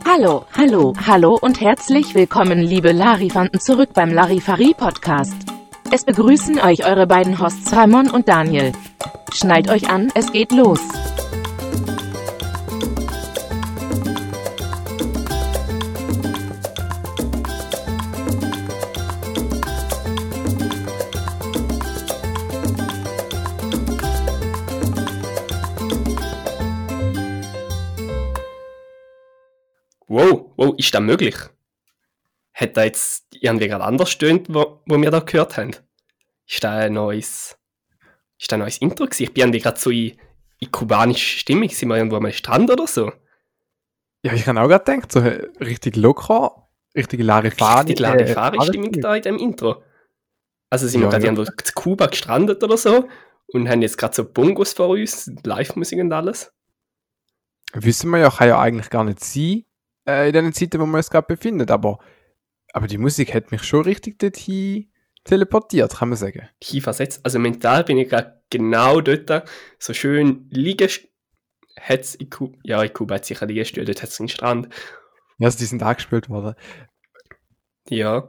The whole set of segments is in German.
Hallo und herzlich willkommen, liebe Larifanten, zurück beim Larifari-Podcast. Es begrüßen euch eure beiden Hosts Ramon und Daniel. Schnallt euch an, es geht los. Wow, ist das möglich? Hat da jetzt irgendwie gerade anders stöhnt, wo wir da gehört haben? Ist da ein neues Intro gewesen? Ich bin irgendwie gerade so in kubanischer Stimmung. Sind wir irgendwo am Strand oder so? Ja, ich habe auch gerade gedacht, so richtig locker, richtige Larifari. Richtig Larifari-Stimmung da in dem Intro. Also sind wir gerade irgendwo zu Kuba gestrandet oder so und haben jetzt gerade so Bongos vor uns, Live-Musik und alles. Wissen wir ja, kann ja eigentlich gar nicht sein, in den Zeiten, wo wir uns gerade befinden, aber die Musik hat mich schon richtig dorthin teleportiert, kann man sagen. Versetzt. Also mental bin ich gerade genau dort, so schön liegen. In Kuba hat es sicher Liegestühle, dort hat es einen Strand. Ja, also die sind angespielt worden. Ja.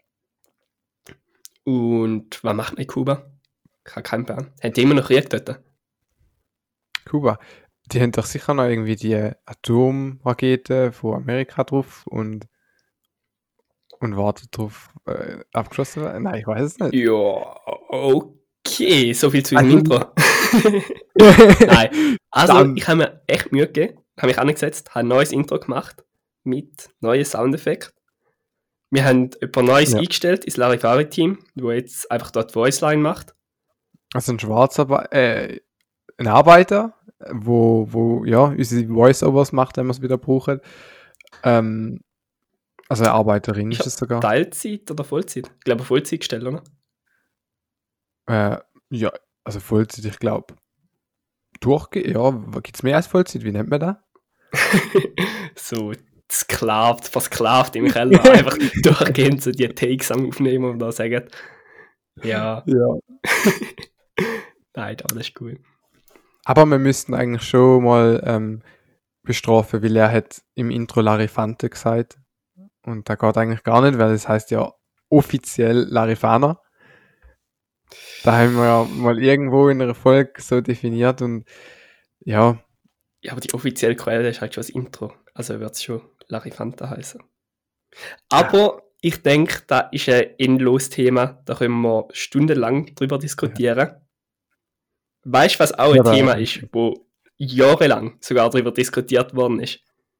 Und was macht man in Kuba? Ich habe keinen Plan. Haben die immer noch Krieg dort? Kuba, die haben doch sicher noch irgendwie die Atomraketen von Amerika drauf und warten drauf abgeschossen werden. Nein, ich weiß es nicht. Ja, okay, so viel zu unserem Intro. Nein, also ich habe mir echt Mühe gegeben, habe mich angesetzt, habe ein neues Intro gemacht mit neuen Soundeffekten. Wir haben jemand Neues eingestellt ins Larifari-Team, wo jetzt einfach dort Voiceline macht. Also ein Arbeiter, wo unsere Voice-Overs macht, wenn wir es wieder brauchen. Also eine Arbeiterin ist es sogar. Teilzeit oder Vollzeit? Ich glaube Vollzeit gestellt, oder? Ja, also Vollzeit, ich glaube. Gibt es mehr als Vollzeit? Wie nennt man das? So versklavt im Keller, einfach durchgehend so die Takes am Aufnehmen und da sagen, ja. Nein, das ist cool. Aber wir müssten eigentlich schon mal bestrafen, weil er hat im Intro Larifante gesagt. Und das geht eigentlich gar nicht, weil das heißt ja offiziell Larifaner. Da haben wir ja mal irgendwo in einer Folge so definiert und ja. Ja, aber die offizielle Quelle ist halt schon das Intro. Also wird es schon Larifante heißen. Aber ich denke, das ist ein endloses Thema. Da können wir stundenlang drüber diskutieren. Ja. Weißt du, was auch ein Thema ist, wo jahrelang sogar drüber diskutiert worden ist?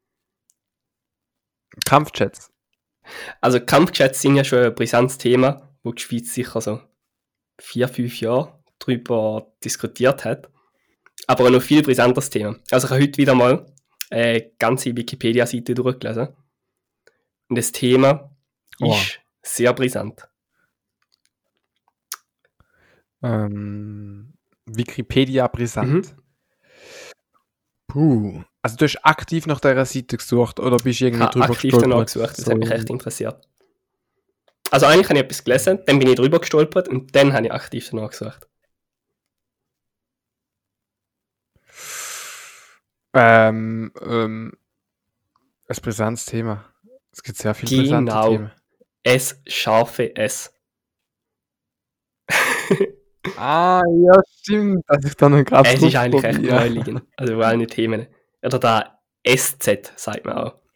Kampfchats. Also Kampfchats sind ja schon ein brisantes Thema, wo die Schweiz sicher so 4-5 Jahre drüber diskutiert hat. Aber ein noch viel brisanteres Thema. Also ich habe heute wieder mal eine ganze Wikipedia-Seite durchgelesen. Und das Thema ist sehr brisant. Wikipedia brisant. Also du hast aktiv nach dieser Seite gesucht oder bist du irgendwie drüber gestolpert? Aktiv danach gesucht, das hat mich echt interessiert. Also eigentlich habe ich etwas gelesen, dann bin ich drüber gestolpert und dann habe ich aktiv danach gesucht. Ein brisantes Thema. Es gibt sehr viele brisante Themen. S. Ja, stimmt. Dass ich da noch gerade es ist eigentlich echt naheliegend. Also vor allem Themen. Oder da SZ, sagt man auch.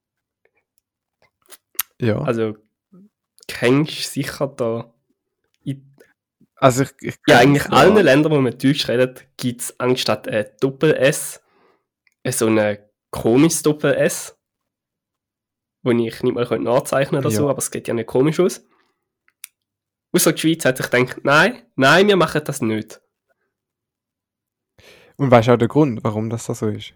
Ja. Also kennst du sicher da... Also ich eigentlich allen Ländern, wo man Deutsch redet, gibt es anstatt ein Doppel-S so ein komisches Doppel-S, das ich nicht mal nachzeichnen oder so, aber es geht ja nicht komisch aus. Außer die Schweiz hat sich gedacht, nein, wir machen das nicht. Und weißt du auch den Grund, warum das so ist?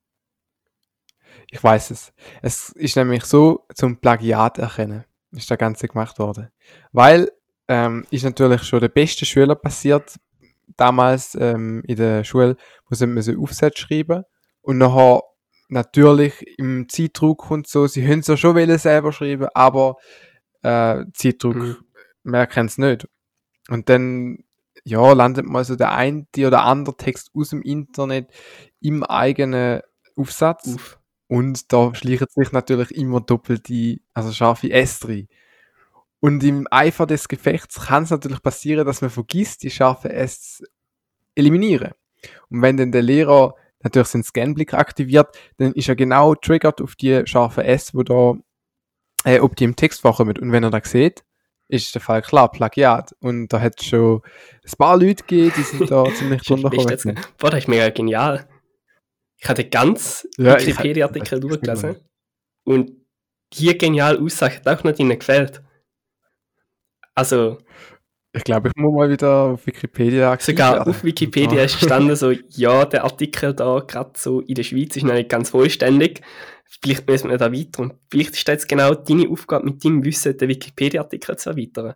Ich weiß es. Es ist nämlich so, zum Plagiat erkennen, ist das Ganze gemacht worden. Weil, ist natürlich schon der beste Schüler passiert, damals in der Schule, wo sie müssen Aufsätze schreiben und nachher natürlich im Zeitdruck und so, sie können es ja schon selber schreiben, aber Zeitdruck merken es nicht. Und dann landet mal so der eine oder andere Text aus dem Internet im eigenen Aufsatz. Und da schleichen sich natürlich immer doppelte, also scharfe S rein. Und im Eifer des Gefechts kann es natürlich passieren, dass man vergisst, die scharfe S zu eliminieren. Und wenn dann der Lehrer natürlich seinen Scanblick aktiviert, dann ist er genau triggert auf die scharfe S, wo da, ob die im Text vorkommen. Und wenn er das sieht, ist der Fall klar, Plagiat. Und da hat es schon ein paar Leute gegeben, die sind da ziemlich drunter gekommen. Boah, das ist mega genial. Ich habe den ganzen Ja, Wikipedia-Artikel durchgelesen. Und die geniale Aussage hat auch nicht Ihnen gefällt. Also, ich glaube, ich muss mal wieder auf Wikipedia aktiv sogar werden. auf Wikipedia ist gestanden so, ja, der Artikel da gerade so in der Schweiz ist noch nicht ganz vollständig. Vielleicht müssen wir da weiter. Und vielleicht ist das jetzt genau deine Aufgabe, mit deinem Wissen den Wikipedia-Artikel zu erweitern.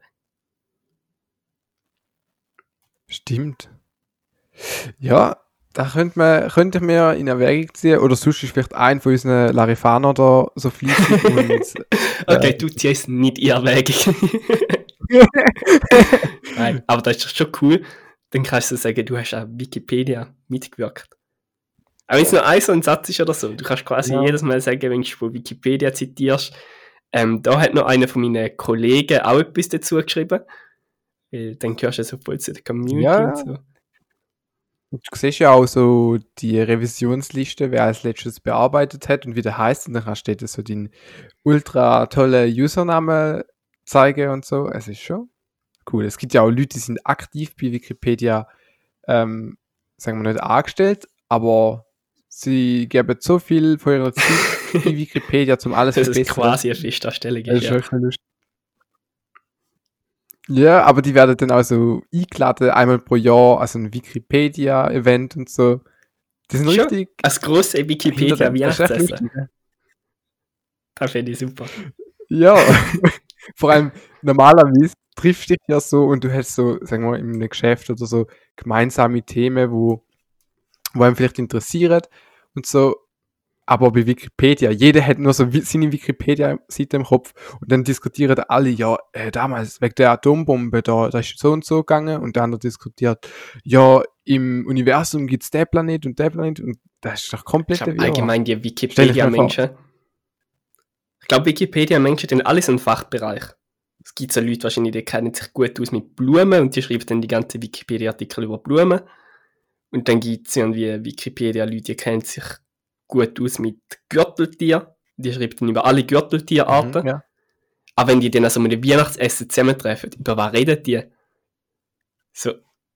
Stimmt. Ja, da könnte ich mir in Erwägung ziehen, oder sonst ist vielleicht ein von unseren Larifaner da so fleißig und Okay, du ziehst nicht in Erwägung. Nein, aber das ist doch schon cool. Dann kannst du sagen, du hast an Wikipedia mitgewirkt. Auch wenn es nur so ein Satz ist oder so. Du kannst quasi jedes Mal sagen, wenn du von Wikipedia zitierst. Da hat noch einer von meinen Kollegen auch etwas dazu geschrieben. Dann gehörst du so voll zu der Community und so. Du siehst ja auch so die Revisionsliste, wer als letztes bearbeitet hat und wie der heißt. Und dann kannst du dir so den ultra tolle Username zeigen und so. Es ist schon cool. Es gibt ja auch Leute, die sind aktiv bei Wikipedia, sagen wir nicht angestellt, aber sie geben so viel von ihrer Zeit bei Wikipedia, zum alles Das verbessern. ist quasi eine Festanstellung. Das ist wirklich lustig. Ja, aber die werden dann auch so eingeladen, einmal pro Jahr, also ein Wikipedia-Event und so. Die sind Schon? richtig... Als grosse Wikipedia-Weihnachtsessen. Weihnachtsessen. Das finde ich super. Ja, vor allem normalerweise triffst du dich ja so und du hast so, sagen wir mal, in einem Geschäft oder so gemeinsame Themen, wo einem vielleicht interessieren und so. Aber bei Wikipedia, jeder hat nur so seine Wikipedia-Seite im Kopf und dann diskutieren alle, ja, damals wegen der Atombombe, da ist so und so gegangen und der andere diskutiert, ja, im Universum gibt es den Planet und das ist doch komplett Ich glaube allgemein die Stell dir Wikipedia-Menschen. Ich glaube, Wikipedia-Menschen sind alles ein Fachbereich. Es gibt so Leute wahrscheinlich, die kennen sich gut aus mit Blumen und die schreiben dann die ganzen Wikipedia-Artikel über Blumen. Und dann gibt es irgendwie Wikipedia-Leute, die kennen sich gut aus mit Gürteltieren. Die schreiben dann über alle Gürteltierarten. Ja. Aber wenn die dann also mit dem Weihnachtsessen zusammentreffen, über was reden die? So.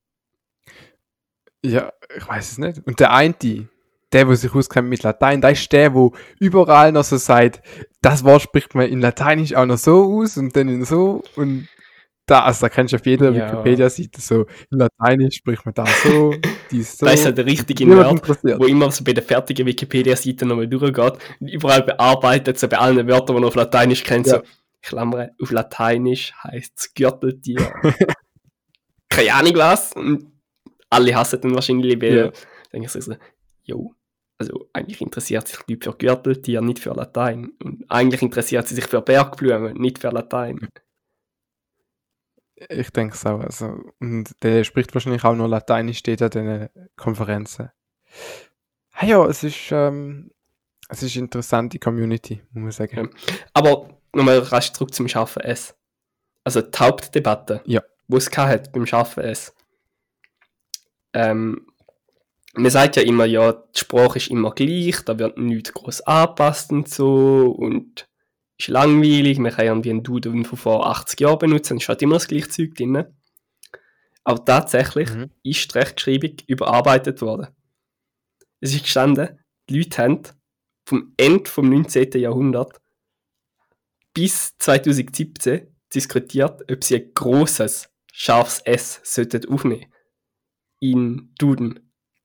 Ja, ich weiß es nicht. Und der sich auskennt mit Latein, der ist der, wo überall noch so sagt, das Wort spricht man in Lateinisch auch noch so aus und dann in so und da kennst du auf jeder Wikipedia-Seite so, in Lateinisch spricht man da so, dies so. Da ist ja der richtige Nerd, wo immer so bei der fertigen Wikipedia-Seite nochmal durchgeht und überall bearbeitet, so bei allen Wörtern, die man auf Lateinisch kennt, so, Klammern, auf Lateinisch heisst es Gürteltier. Keine Ahnung was. Und alle hassen dann wahrscheinlich, weil denke ich so, jo, also eigentlich interessiert sich die Leute für Gürteltier, nicht für Latein. Und eigentlich interessiert sie sich für Bergblumen, nicht für Latein. Ich denke es auch. Also, und der spricht wahrscheinlich auch nur Lateinisch, steht an den Konferenzen. Ja, es ist interessant, die Community, muss man sagen. Ja. Aber nochmal rasch zurück zum scharfen S. Also die Hauptdebatte, wo es hat beim scharfen S. Man sagt ja immer, ja, die Sprache ist immer gleich, da wird nichts groß angepasst und so und ist langweilig, man kann irgendwie einen Duden von vor 80 Jahren benutzen, es steht immer das gleiche Zeug drin. Aber tatsächlich ist die Rechtschreibung überarbeitet worden. Es ist gestanden, die Leute haben vom Ende vom 19. Jahrhundert bis 2017 diskutiert, ob sie ein grosses, scharfes S aufnehmen sollten in Duden.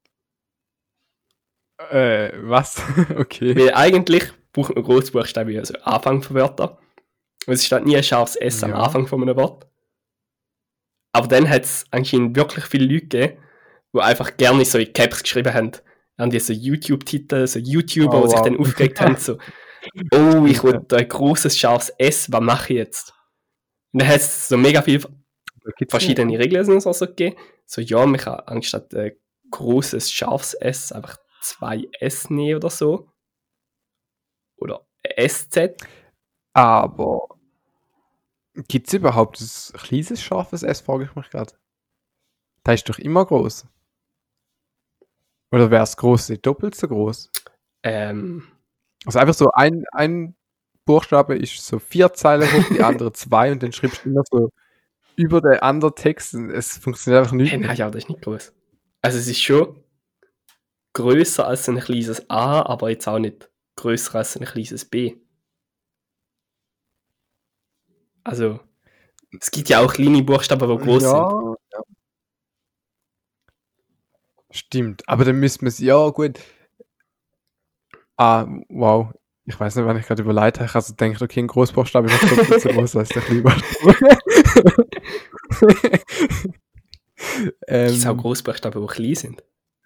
Was? Okay. Weil eigentlich braucht man Großbuchstaben, also Anfang von Wörtern. Und es steht nie ein scharfes S am Anfang von einem Wort. Aber dann hat es anscheinend wirklich viele Leute gegeben, die einfach gerne so in Caps geschrieben haben. Haben die so YouTube-Titel, so YouTuber, die sich dann aufgeregt haben, so, oh, ich will ein grosses scharfes S, was mache ich jetzt? Und dann hat es so mega viele verschiedene Regeln so gegeben. So, ja, man kann anstatt ein grosses scharfes S einfach 2 S nehmen oder so. oder ein SZ. Aber gibt es überhaupt ein kleines, scharfes S, frage ich mich gerade. Das ist doch immer groß. Oder wäre das große doppelt so groß? Also einfach so ein Buchstabe ist so 4 Zeilen hoch, die andere 2 und dann schreibst du immer so über den anderen Text. Es funktioniert einfach nicht. Hey, nein, ja, das ist nicht groß. Also es ist schon grösser als ein kleines A, aber jetzt auch nicht grösser als ein kleines B. Also, es gibt ja auch kleine Buchstaben, die groß sind. Ja. Stimmt, aber dann müsste man es, ja gut. Wow. Ich weiß nicht, wann ich gerade überlegt habe. Also denke, okay, ein Großbuchstabe ist doppelt so groß als der Kleinbuchstabe. Gibt es auch Großbuchstaben, die klein sind?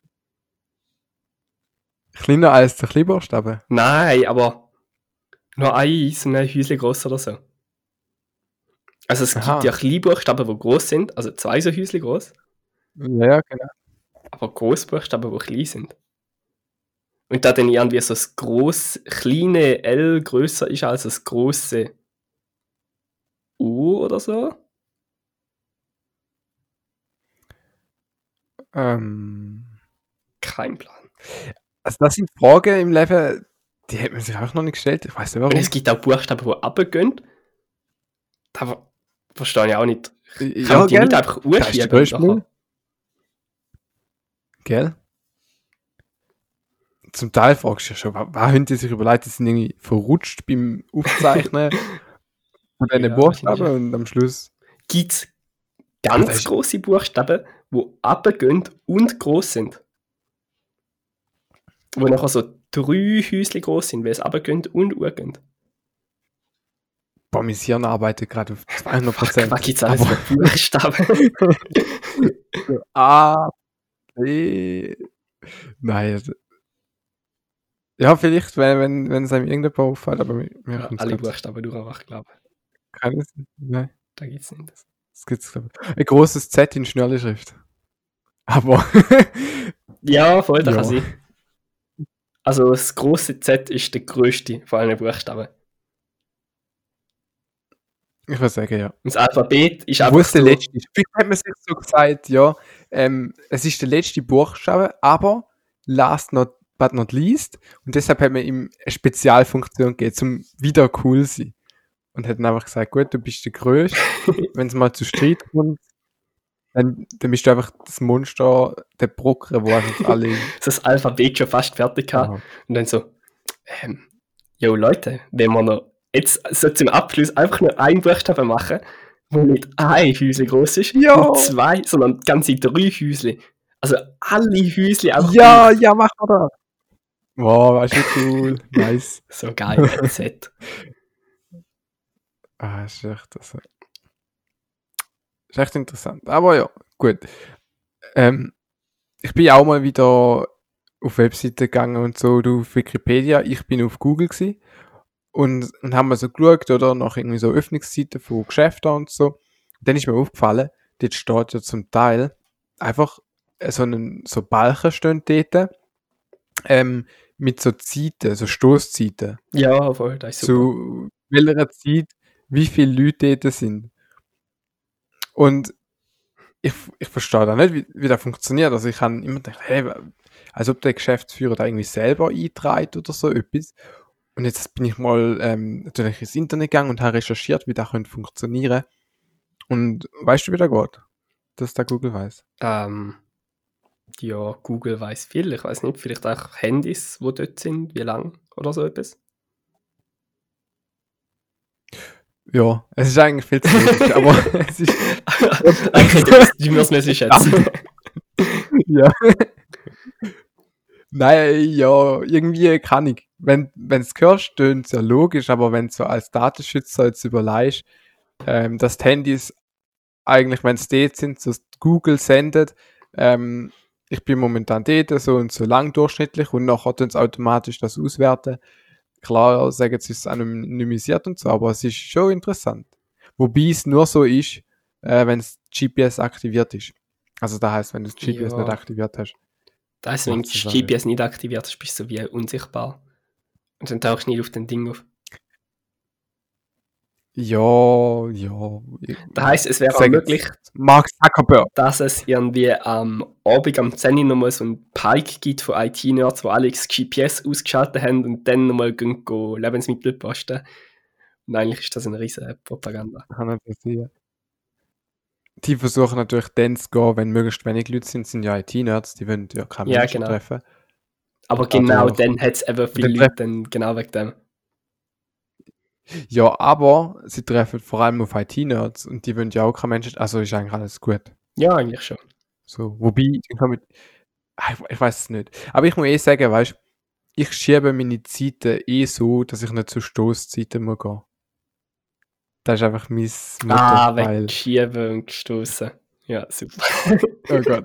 Kleiner als der Kleinbuchstabe? Nein, aber nur so ein Häuschen gross oder so. Also es gibt ja Kleinbuchstaben, die gross sind, also 2 so Häuschen gross. Ja, genau. Aber Großbuchstaben, die klein sind. Und da dann irgendwie so das kleine L grösser ist als das große U oder so. Kein Plan. Also das sind Fragen im Leben, die hat man sich auch noch nicht gestellt. Ich weiß nicht warum. Und es gibt auch Buchstaben, die runtergehen. Da verstehe ich auch nicht. Kann die nicht einfach anschieben? Gell? Zum Teil fragst du ja schon, was haben die sich überlegt, die sind irgendwie verrutscht beim Aufzeichnen von diesen Buchstaben und am Schluss gibt es ganz grosse Buchstaben, die runtergehen und gross sind. Wo nachher so 3 Häuschen gross sind, weil es runtergehen und hochgehen. Boah, mein Hirn arbeitet gerade auf 200%. Was gibt es alles für Buchstaben? A, B. Nein. Ja, vielleicht, wenn es einem irgendjemand auffällt, aber mir kommt alle Buchstaben durch einfach, glaube ich. Keines? Nein. Da gibt es nicht. Das gibt's, glaube ich. Ein grosses Z in Schnörli-Schrift. Aber. Ja, voll, das kann sein. Also das grosse Z ist der grösste von allen Buchstaben. Ich würde sagen, ja. Und das Alphabet ist einfach wo es der letzte ist. Vielleicht hat man sich so gesagt, ja, es ist der letzte Buchstabe, aber last but not least. Und deshalb hat man ihm eine Spezialfunktion gegeben, zum wieder cool sein. Und hat dann einfach gesagt, gut, du bist der Größte. Wenn es mal zu Streit kommt, dann bist du einfach das Monster, der Brocken, wo einfach alle... das Alphabet schon fast fertig hat. Und dann so, jo Leute, wenn wir noch jetzt so zum Abschluss einfach nur ein Buchstaben machen, wo nicht ein Häuschen groß ist, nicht 2, sondern ganze 3 Häuschen. Also alle Häuschen einfach. Ja, mach mal das. Wow, das ist cool. Nice. So geil, Z. Ist echt interessant. Aber ja, gut. Ich bin auch mal wieder auf Webseiten gegangen und so, auf Wikipedia. Ich bin auf Google gewesen. Und haben wir so geschaut, oder nach irgendwie so Öffnungszeiten von Geschäften und so. Und dann ist mir aufgefallen, dort steht ja zum Teil einfach so Balken stehen dort, mit so Zeiten, so Stoßzeiten. Ja, voll, das ist super. Zu welcher Zeit, wie viele Leute dort sind. Und ich verstehe da nicht, wie das funktioniert. Also ich habe immer gedacht, hey, als ob der Geschäftsführer da irgendwie selber einträgt oder so etwas. Und jetzt bin ich mal natürlich ins Internet gegangen und habe recherchiert, wie das könnte funktionieren. Und weißt du, wie das geht? Dass da Google weiss? Ja, Google weiss viel. Ich weiß nicht, vielleicht auch Handys, die dort sind, wie lang oder so etwas. Ja, es ist eigentlich viel zu wenig, aber es ist... Okay, du musst mir schätzen. Ja. Nein, ja, irgendwie kann ich. Wenn es hörst, tönt es ja logisch, aber wenn du so als Datenschützer jetzt überlegst, dass die Handys eigentlich, wenn es dort sind, so Google sendet, ich bin momentan dort, so und so lang durchschnittlich und nachher tun sie automatisch das auswerten. Klar, sagen sie, es ist anonymisiert und so, aber es ist schon interessant. Wobei es nur so ist, wenn das GPS aktiviert ist. Also das heisst, wenn du das GPS nicht aktiviert hast. Das heisst, wenn du das GPS nicht aktiviert hast, bist du so wie unsichtbar. Und dann tauchst du nicht auf den Ding auf. Ja. Das heisst, es wäre auch Sag möglich, jetzt. Mark Zuckerberg. dass es irgendwie am Abend am 10 Uhr nochmal so einen Pike gibt von IT-Nerds, wo alle das GPS ausgeschaltet haben und dann nochmal gehen Lebensmittel posten. Und eigentlich ist das eine riesige Propaganda. Kann nicht passieren. Die versuchen natürlich dann zu gehen, wenn möglichst wenig Leute sind ja IT-Nerds, die wollen ja keine Ja, Menschen genau. treffen. Aber genau Dadurch- dann hat es eben viele dann Leute, dann genau wegen dem. Ja, aber sie treffen vor allem auf IT-Nerds und die wollen ja auch keine Menschen, also ist eigentlich alles gut. Ja, eigentlich schon. So, wobei, ich weiß es nicht. Aber ich muss sagen, weißt, ich schiebe meine Zeiten so, dass ich nicht zu Stoßzeiten muss gehen. Das ist einfach mein Motto, weil... Wegschieben und gestoßen. Ja, super. Oh Gott.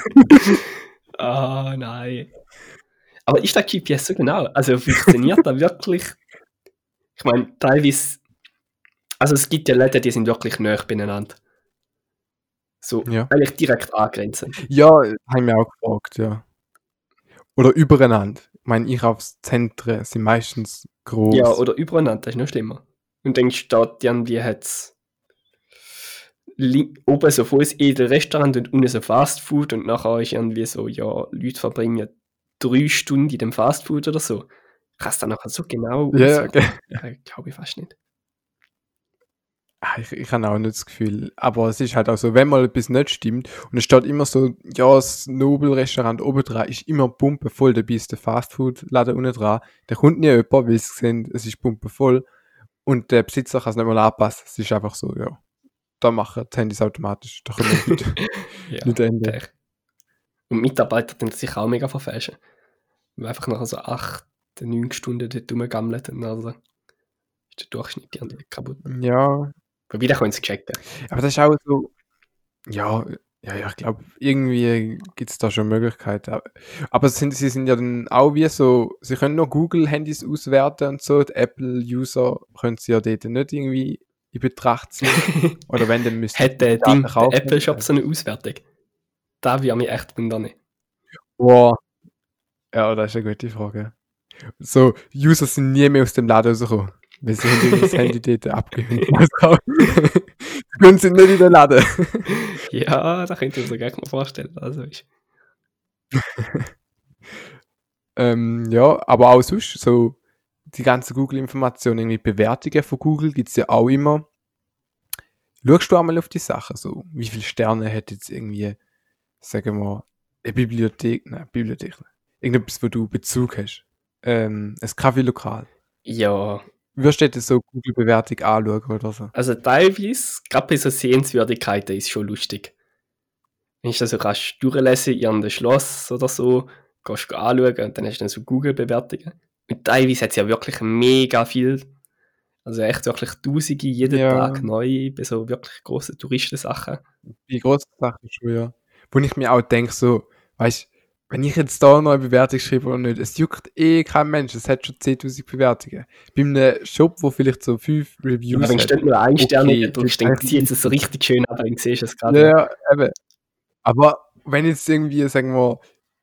Ah, nein. Aber ist das GPS so genau? Also funktioniert das wirklich? Ich meine, teilweise, also es gibt ja Leute, die sind wirklich nahe beieinander. So, Ja. eigentlich direkt angrenzen. Ja, haben wir auch gefragt, ja. Oder übereinander. Ich meine, Einkaufszentren sind meistens groß. Ja, oder übereinander, das ist noch schlimmer. Und dann steht irgendwie, hat's oben so volles Edelrestaurant und unten so Fastfood und nachher ist irgendwie so, ja, Leute verbringen 3 Stunden in dem Fastfood oder so. Kannst du dann nachher so genau Ja, auswerten? okay. Glaube ich fast nicht. Ich habe auch nicht das Gefühl. Aber es ist halt auch so, wenn mal etwas nicht stimmt und es steht immer so, ja, das Nobel-Restaurant oben dran ist immer pumpevoll, dabei ist der Fastfood-Laden unten dran. Da kommt nie jemand, weil sie sehen, es ist pumpevoll und der Besitzer kann es nicht mal anpassen. Es ist einfach so, ja, da machen die Handys automatisch. Da können wir nicht, Ja, nicht ändern. okay. Und Mitarbeiter dann sich auch mega verfälschen. Weil einfach nachher so 8, 9 Stunden dort rumgammeln und also ist der Durchschnitt irgendwie kaputt. Ja, Wobei, da können sie checken. aber das ist auch so, ja, ich glaube, irgendwie gibt es da schon Möglichkeiten. Aber sie sind ja dann auch wie so, sie können nur Google-Handys auswerten und so, die Apple-User können sie ja dort nicht irgendwie in Betracht ziehen. Oder wenn, dann müssten Hat der die Daten der kaufen. Apple Shop so eine Auswertung? Da würde mich echt wundern. Wow. Ja, das ist eine gute Frage. So, User sind nie mehr aus dem Laden rausgekommen, weil sie haben irgendwie das Handy dort abgehört. Sie können sie nicht in den Laden. Ja, da könnte ich mir sogar mal vorstellen. Also ist. Ja, aber auch sonst, so die ganzen Google-Informationen, irgendwie Bewertungen von Google gibt es ja auch immer. Schaust du einmal auf die Sachen, so wie viele Sterne hat jetzt irgendwie, sagen wir, eine Bibliothek nicht. Irgendetwas, wo du Bezug hast. Ein Kaffeelokal. Ja, Wirst du dir so Google-Bewertung anschauen oder so? also teilweise, gerade bei so Sehenswürdigkeiten, ist schon lustig. Wenn du das so kannst durchlesen in einem Schloss oder so, kannst du anschauen und dann hast du dann so Google-Bewertungen. Und teilweise hat es ja wirklich mega viel. Also echt wirklich Tausende jeden Ja. Tag neu bei so wirklich grossen Touristensachen. Die große Sache ist schon, ja. Wo ich mir auch denke, so, weißt du, wenn ich jetzt da eine neue Bewertung schreibe oder nicht, es juckt kein Mensch, es hat schon 10.000 Bewertungen. Bei einem Shop, wo vielleicht so 5 Reviews Ja, wenn hat. du nur ein Stern okay, drückst, das dann heißt, zieht es so richtig schön ab, dann siehst du es gerade. Ja, eben. Aber wenn jetzt irgendwie, sagen wir,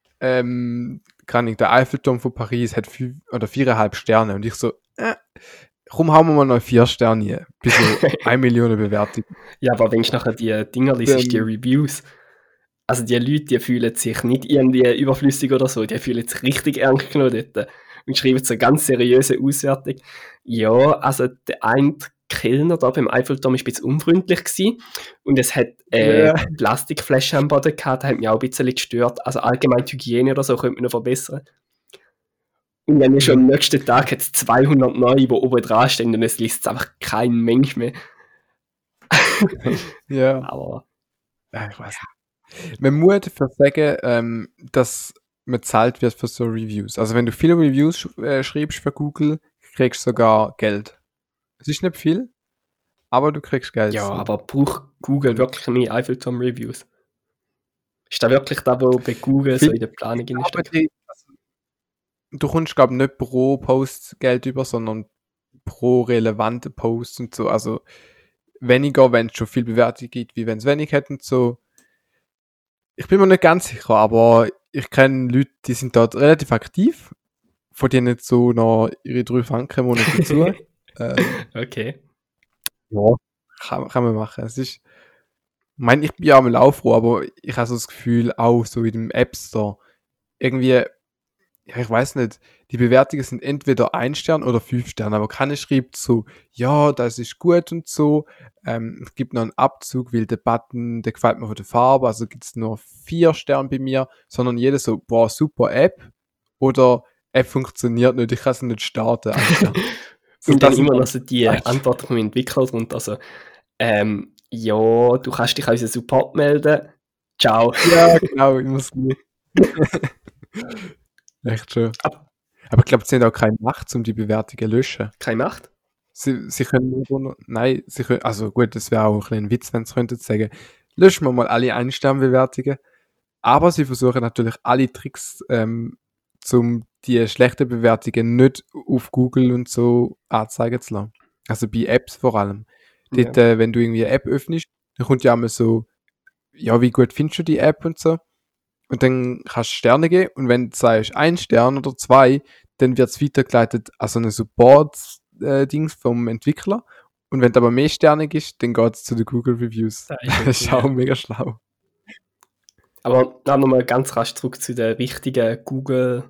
der Eiffelturm von Paris hat 5 oder 4,5 Sterne und ich so, komm, hauen wir mal noch 4 Sterne hier. Bis so 1 Million Bewertung. Ja, aber wenn du nachher die Dinger liest, die Reviews, also die Leute, die fühlen sich nicht irgendwie überflüssig oder so, die fühlen sich richtig ernst genommen dort und schreiben so ganz seriöse Auswertung. Ja, also der eine Kellner da beim Eiffelturm war ein bisschen unfreundlich gewesen und es hat Plastikflaschen am Boden gehabt, das hat mich auch ein bisschen gestört. Also allgemein die Hygiene oder so könnte man noch verbessern. Und dann schon am nächsten Tag hat es 200 neue, die oben dran stehen und es liest einfach kein Mensch mehr. Ja. Aber Ich weiß nicht. Man muss dafür sagen, dass man zahlt wird für so Reviews. Also wenn du viele Reviews schreibst für Google, kriegst du sogar Geld. Es ist nicht viel, aber du kriegst Geld. ja, so. aber braucht Google wirklich mehr Eiffelturm-Reviews? Ist das wirklich das, was bei Google so in der Planung Aber steckt? du kommst, glaube ich, nicht pro Post Geld über, sondern pro relevante Post und so. Also weniger, wenn es schon viel Bewertung gibt, wie wenn es wenig hätten und so. Ich bin mir nicht ganz sicher, aber ich kenne Leute, die sind dort relativ aktiv. verdienen jetzt so noch ihre 3 Franken im Monat dazu. Okay. Ja, kann man machen. Es ist, ich meine, ich bin ja am Laufrohr, aber ich habe so das Gefühl, auch so in dem App Store, irgendwie, ja, ich weiß nicht, die Bewertungen sind entweder 1 Stern oder 5 Sterne, aber keiner schreibt so, ja, das ist gut und so. Es gibt noch einen Abzug, weil der Button, der gefällt mir von der Farbe, also gibt es nur 4 Sterne bei mir, sondern jeder so, boah, super App oder App funktioniert nicht, ich kann es nicht starten. Alter. Und dann das immer sind- noch so die Antwort vom Entwickler drunter, also, ja, du kannst dich an unseren Support melden. Ciao. Ja, genau, ich muss nicht. Echt schön. Aber ich glaube, sie haben auch keine Macht, um die Bewertungen zu löschen. Keine Macht. Sie können nur noch, nein, sie können, also gut, das wäre auch ein Witz, wenn sie könnten sagen, löschen wir mal alle Ein-Stern-Bewertungen. Aber sie versuchen natürlich alle Tricks, um die schlechten Bewertungen nicht auf Google und so anzeigen zu lassen. Also bei Apps vor allem. Dort, wenn du irgendwie eine App öffnest, dann kommt ja immer so, ja, wie gut findest du die App und so. Und dann kannst du Sterne geben und wenn du sagst 1 Stern oder 2, dann wird es weitergeleitet an so einen Support-Dings vom Entwickler. Und wenn du aber mehr Sterne gibst, dann geht es zu den Google Reviews. Das ist auch mega schlau. Aber dann nochmal ganz rasch zurück zu der richtigen Google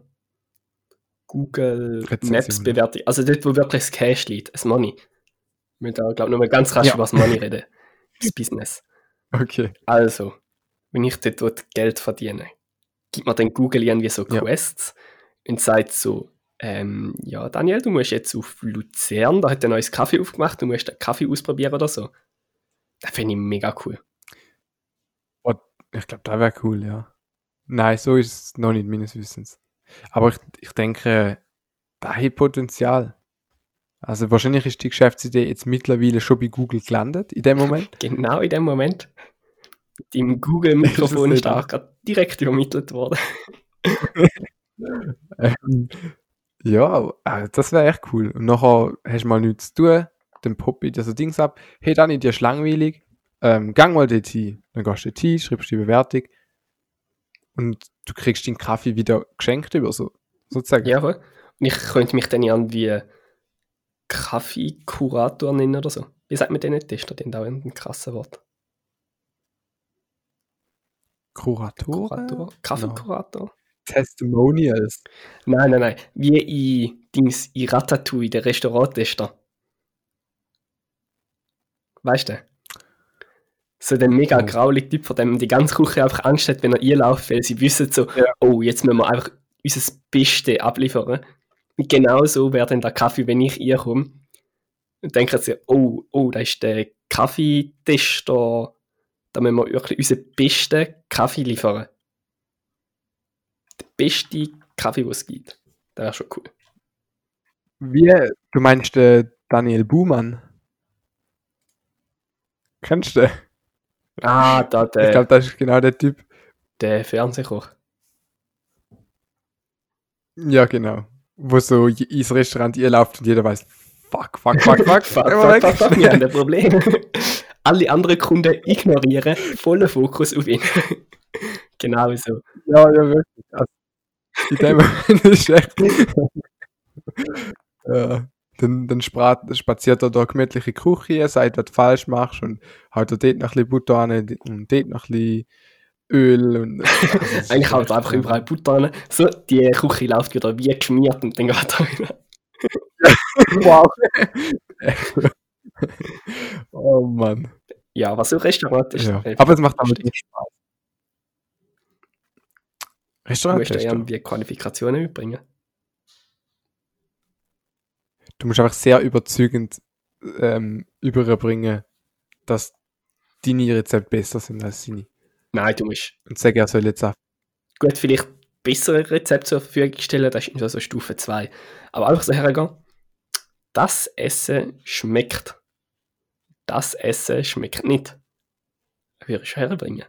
Maps Bewertung. Also dort, wo wirklich das Cash liegt, das Money. Ich will da, glaube ich, nochmal ganz rasch über das Money reden. Das Business. Okay. Also, wenn ich dort Geld verdiene, gibt mir dann Google irgendwie so Quests und sagt so, ja, Daniel, du musst jetzt auf Luzern, da hat ein neues Kaffee aufgemacht, du musst den Kaffee ausprobieren oder so. Das finde ich mega cool. Ich glaube, das wäre cool, ja. Nein, so ist es noch nicht meines Wissens. Aber ich denke, da hat Potenzial. Also wahrscheinlich ist die Geschäftsidee jetzt mittlerweile schon bei Google gelandet, in dem Moment. Genau in dem Moment. Mit dem Google-Mikrofon ist da auch gerade direkt übermittelt worden. Ja, das wäre echt cool. Und nachher hast du mal nichts zu tun, dann poppe ich dir so Dings ab. Hey Dani, dir ist langweilig, gang mal dort hin. Dann gehst du dort hin, schreibst die Bewertung und du kriegst den Kaffee wieder geschenkt über sozusagen. Ja, voll. Und ich könnte mich dann irgendwie Kaffee-Kurator nennen oder so. Wie sagt man den Tester? Den da ein krasses Wort. Kurator? Kaffee-Kurator? Testimonials. Nein. Wie in Ratatouille, der Restauranttester. Weißt du? So der mega graulige Typ, von dem die ganze Küche einfach Angst hat, wenn er einläuft, weil sie wissen so, oh, jetzt müssen wir einfach unser Bestes abliefern. Und genau so wäre dann der Kaffee, wenn ich reinkomme. Und denken sie, oh, da ist der Kaffeetester, da müssen wir wirklich unseren besten Kaffee liefern. Der beste Kaffee, den es gibt. Das wäre schon cool. Wie, du meinst Daniel Buhmann? Kennst du den? Ah, da Ich glaube, das ist genau der Typ. Der Fernsehkoch. Ja, genau. Wo so ins Restaurant läuft und jeder weiß, fuck. fuck, wir haben ein Problem. Alle anderen Kunden ignorieren, voller Fokus auf ihn. Genau so. Ja, wirklich. Also, in dem Moment ist echt... Dann spaziert er da gemütlich in die Küche, sagt, was du falsch machst und haut er dort noch ein bisschen Butter an und dort noch ein bisschen Öl. Und, eigentlich haut er einfach überall Butter an. So, die Küche läuft wieder wie geschmiert und dann geht er wieder. Wow. Oh Mann. Ja, was so Restaurant ist. Ja. Aber es macht damit nicht Spaß. Restaurant. Du musst ja irgendwie Qualifikationen mitbringen. Du musst einfach sehr überzeugend überbringen, dass deine Rezepte besser sind als seine. Nein, du musst. Und sag, er soll jetzt auch. Gut, vielleicht bessere Rezepte zur Verfügung stellen, das ist so Stufe 2. Aber einfach so hergehen, das Essen schmeckt. Das Essen schmeckt nicht. Das würde ich schon herbringen.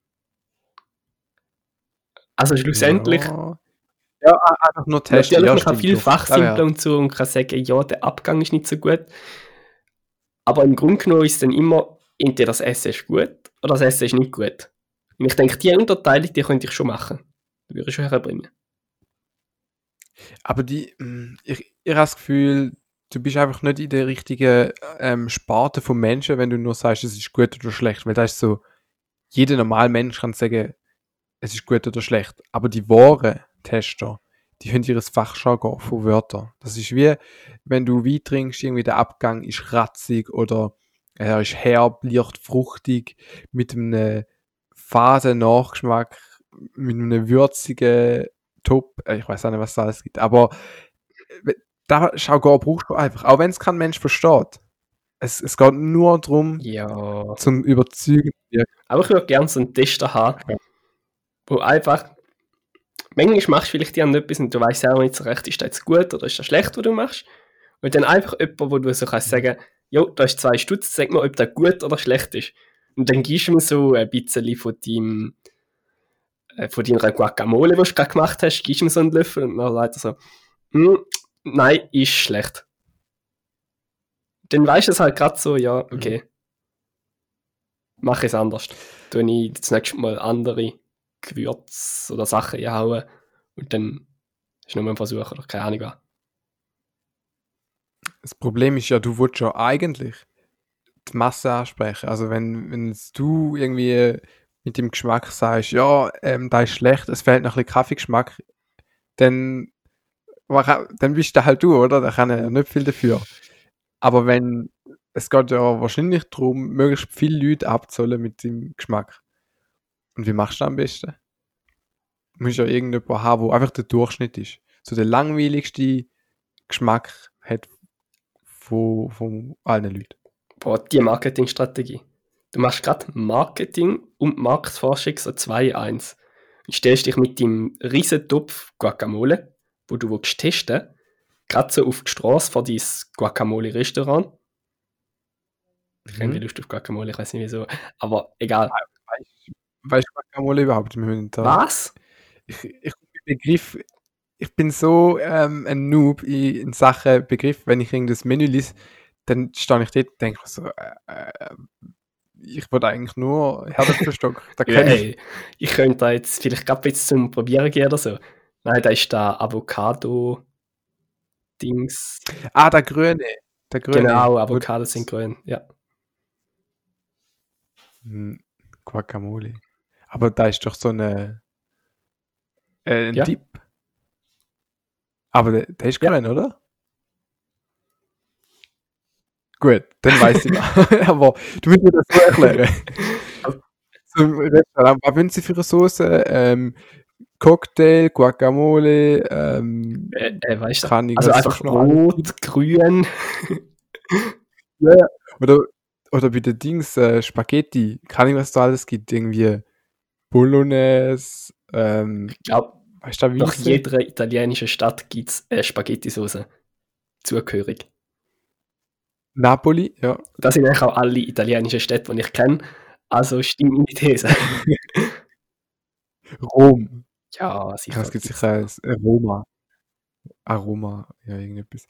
Also schlussendlich. Ja, einfach nur testen. Natürlich, man kann viel fachsimpeln und so und kann sagen, ja, der Abgang ist nicht so gut. Aber im Grunde genommen ist es dann immer, entweder das Essen ist gut oder das Essen ist nicht gut. Und ich denke, die Unterteilung, die könnte ich schon machen. Die würde ich schon herbringen. Aber ich habe das Gefühl, du bist einfach nicht in der richtigen Sparte von Menschen, wenn du nur sagst, es ist gut oder schlecht. Weil da ist so, jeder normale Mensch kann sagen, es ist gut oder schlecht. Aber die wahren Tester, die haben ihr Fachjargon von Wörtern. Das ist wie, wenn du Wein trinkst, irgendwie der Abgang ist kratzig oder er ist herb, leicht fruchtig, mit einem faden Nachgeschmack, mit einem würzigen Top. Ich weiß auch nicht, was da alles gibt. Aber da Jargon brauchst du einfach. Auch wenn es kein Mensch versteht. Es geht nur darum, Ja. zum Überzeugen. Aber ich würde gerne so einen Tester haben, wo einfach, manchmal machst du vielleicht etwas und du weißt selber nicht so recht, ist das jetzt gut oder ist das schlecht, was du machst. Und dann einfach jemand, wo du so kannst sagen, jo, da ist 2 Stutz, sag mal, ob das gut oder schlecht ist. Und dann gibst du mir so ein bisschen von deiner Guacamole, die du gerade gemacht hast, gibst du mir so einen Löffel und dann sagt er so, nein, ist schlecht. Dann weißt du es halt gerade so, ja, okay. Mach es anders. Tue ich das nächste Mal andere Gewürze oder Sachen einhauen und dann ist nur ein Versuch oder keine Ahnung was. Das Problem ist ja, du willst ja eigentlich die Masse ansprechen. Also wenn du irgendwie mit dem Geschmack sagst, ja, da ist schlecht, es fehlt noch ein bisschen Kaffeegeschmack, dann bist du halt du, oder? Da kann er ja nicht viel dafür. Aber es geht ja wahrscheinlich darum, möglichst viele Leute abzuholen mit dem Geschmack. Und wie machst du das am besten? Du musst ja irgendjemanden haben, wo einfach der Durchschnitt ist. So der langweiligste Geschmack hat von allen Leuten. Boah, die Marketingstrategie. Du machst gerade Marketing und Marktforschung so 2-1. Du stellst dich mit deinem riesen Topf Guacamole, wo du testen willst, gerade so auf die Straße vor dein Guacamole-Restaurant. Ich habe Lust auf Guacamole, ich weiß nicht wieso, aber egal. Weißt du Guacamole überhaupt? Was? Ich bin so ein Noob in Sachen Begriff, wenn ich irgendein Menü lese, dann stehe ich dort und denke so, ich wollte eigentlich nur Herdöpfelstock. Ich könnte da jetzt vielleicht gerade jetzt zum Probieren gehen oder so. Nein, da ist da Avocado-Dings. Ah, der Grüne. Genau, Avocados sind grün, ja. Guacamole. Aber da ist doch so ein Dip. Aber der ist grün, oder? Gut, dann weiß ich noch. Aber du musst mir das so erklären. Zum Restaurant, was wollen Sie für eine Soße? Cocktail, Guacamole, weißt du, kann ich also was einfach noch rot, grün. Ja. Oder bei den Dings, Spaghetti, kann ich was da alles gibt, irgendwie Bolognese, Ich glaube, weißt du, nach jeder italienischen Stadt gibt es Spaghetti-Soße. Zugehörig. Napoli, ja. Das sind eigentlich auch alle italienischen Städte, die ich kenne. Also stimmt meine These. Rom. Ja, sicher. Es gibt sicher Aroma, ja, irgendetwas.